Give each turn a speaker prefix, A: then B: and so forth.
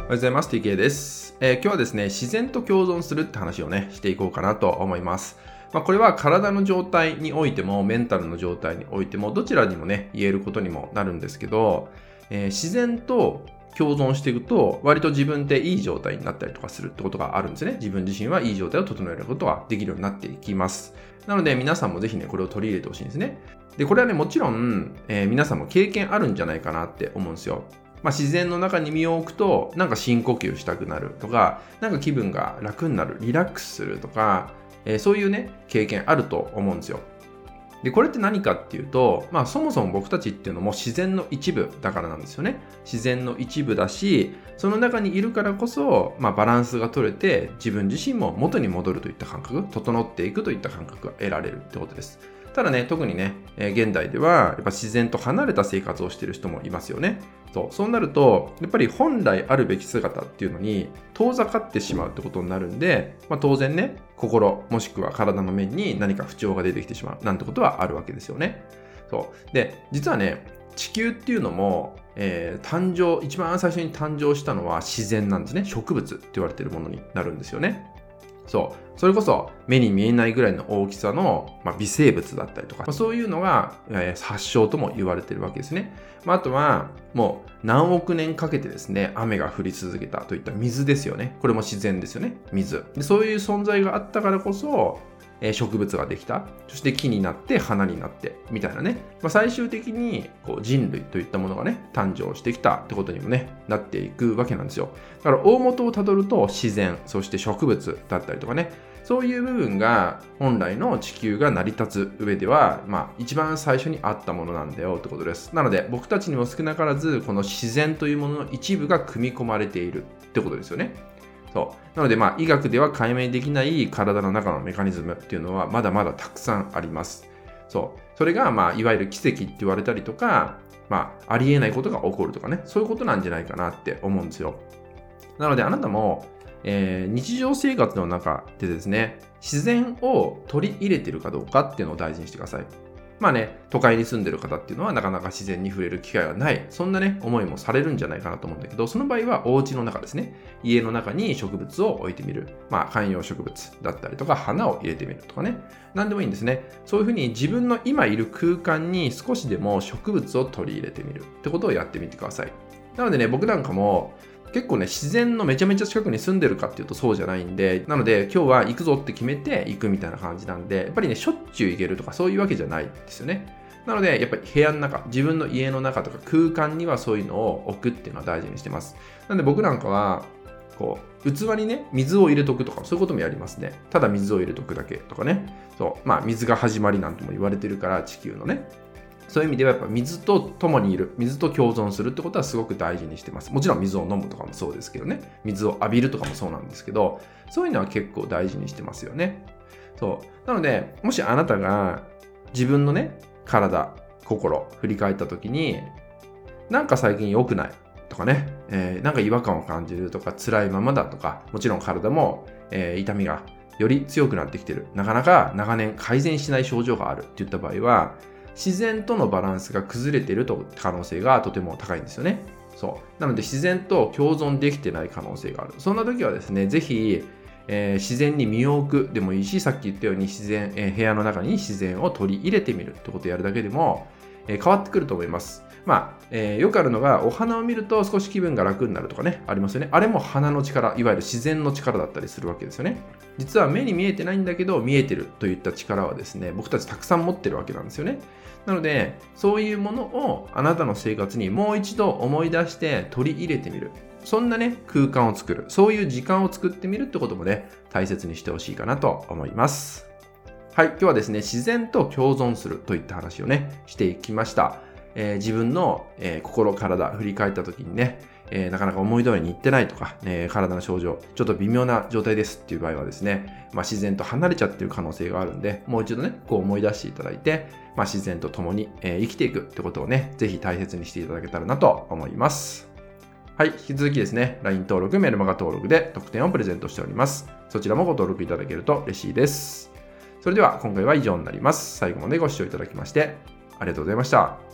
A: おはようございます。TK です。今日はですね、自然と共存するって話をね、していこうかなと思います。これは体の状態においても、メンタルの状態においても、どちらにもね、言えることにもなるんですけど、自然と共存していくと、割と自分っていい状態になったりとかするってことがあるんですね。自分自身はいい状態を整えることができるようになっていきます。なので皆さんもぜひね、これを取り入れてほしいんですね。で、これはね、もちろん、皆さんも経験あるんじゃないかなって思うんですよ。自然の中に身を置くと、なんか深呼吸したくなるとか、なんか気分が楽になる、リラックスするとか、そういうね、経験あると思うんですよ。で、これって何かっていうと、そもそも僕たちっていうのも自然の一部だからなんですよね。自然の一部だし、その中にいるからこそ、バランスが取れて、自分自身も元に戻るといった感覚、整っていくといった感覚が得られるってことです。ただね、特にね、現代ではやっぱ自然と離れた生活をしている人もいますよね。そうなると、やっぱり本来あるべき姿っていうのに遠ざかってしまうってことになるんで、当然ね、心もしくは体の面に何か不調が出てきてしまうなんてことはあるわけですよね。で、実はね、地球っていうのも、一番最初に誕生したのは自然なんですね。植物って言われているものになるんですよね。それこそ目に見えないぐらいの大きさの、微生物だったりとか、そういうのが、発祥とも言われているわけですね。あとはもう何億年かけてですね、雨が降り続けたといった水ですよね。これも自然ですよね。水で、そういう存在があったからこそ植物ができた。そして木になって花になってみたいなね、最終的に人類といったものがね誕生してきたってことにもねなっていくわけなんですよ。だから大元をたどると自然、そして植物だったりとかね、そういう部分が本来の地球が成り立つ上では一番最初にあったものなんだよってことです。なので僕たちにも少なからずこの自然というものの一部が組み込まれているってことですよね。なので医学では解明できない体の中のメカニズムっていうのはまだまだたくさんあります。それがいわゆる奇跡って言われたりとか、ありえないことが起こるとかね、そういうことなんじゃないかなって思うんですよ。なのであなたも、日常生活の中でですね、自然を取り入れているかどうかっていうのを大事にしてください。都会に住んでる方っていうのはなかなか自然に触れる機会がない。そんなね、思いもされるんじゃないかなと思うんだけど、その場合はお家の中ですね。家の中に植物を置いてみる。観葉植物だったりとか、花を入れてみるとかね。何でもいいんですね。そういうふうに自分の今いる空間に少しでも植物を取り入れてみるってことをやってみてください。なのでね、僕なんかも結構ね、自然のめちゃめちゃ近くに住んでるかっていうとそうじゃないんで、なので今日は行くぞって決めて行くみたいな感じなんで、やっぱりね、しょっちゅう行けるとかそういうわけじゃないですよね。なのでやっぱり部屋の中、自分の家の中とか空間にはそういうのを置くっていうのは大事にしてます。なので僕なんかは器にね、水を入れとくとかそういうこともやりますね。ただ水を入れとくだけとかね。水が始まりなんても言われてるから、地球のね。そういう意味ではやっぱ水と共にいる、水と共存するってことはすごく大事にしてます。もちろん水を飲むとかもそうですけどね、水を浴びるとかもそうなんですけど、そういうのは結構大事にしてますよね。なので、もしあなたが自分のね、体、心、振り返った時に、なんか最近良くないとかね、なんか違和感を感じるとか、辛いままだとか、もちろん体も、痛みがより強くなってきてる。なかなか長年改善しない症状があるっていった場合は、自然とのバランスが崩れている可能性がとても高いんですよね。なので自然と共存できてない可能性がある。そんな時はですね、ぜひ、自然に身を置くでもいいし、さっき言ったように部屋の中に自然を取り入れてみるってことをやるだけでも、変わってくると思います。よくあるのが、お花を見ると少し気分が楽になるとかね、ありますよね。あれも花の力、いわゆる自然の力だったりするわけですよね。実は目に見えてないんだけど、見えてるといった力はですね、僕たちたくさん持ってるわけなんですよね。なので、そういうものをあなたの生活にもう一度思い出して取り入れてみる。そんなね、空間を作る。そういう時間を作ってみるってこともね、大切にしてほしいかなと思います。はい、今日はですね、自然と共存するといった話をね、していきました。自分の、心、体、振り返った時にね、なかなか思い通りにいってないとか、体の症状、ちょっと微妙な状態ですっていう場合はですね、自然と離れちゃってる可能性があるんで、もう一度ね、思い出していただいて、自然と共に、生きていくってことをね、ぜひ大切にしていただけたらなと思います。はい、引き続きですね、LINE 登録、メルマガ登録で特典をプレゼントしております。そちらもご登録いただけると嬉しいです。それでは今回は以上になります。最後までご視聴いただきましてありがとうございました。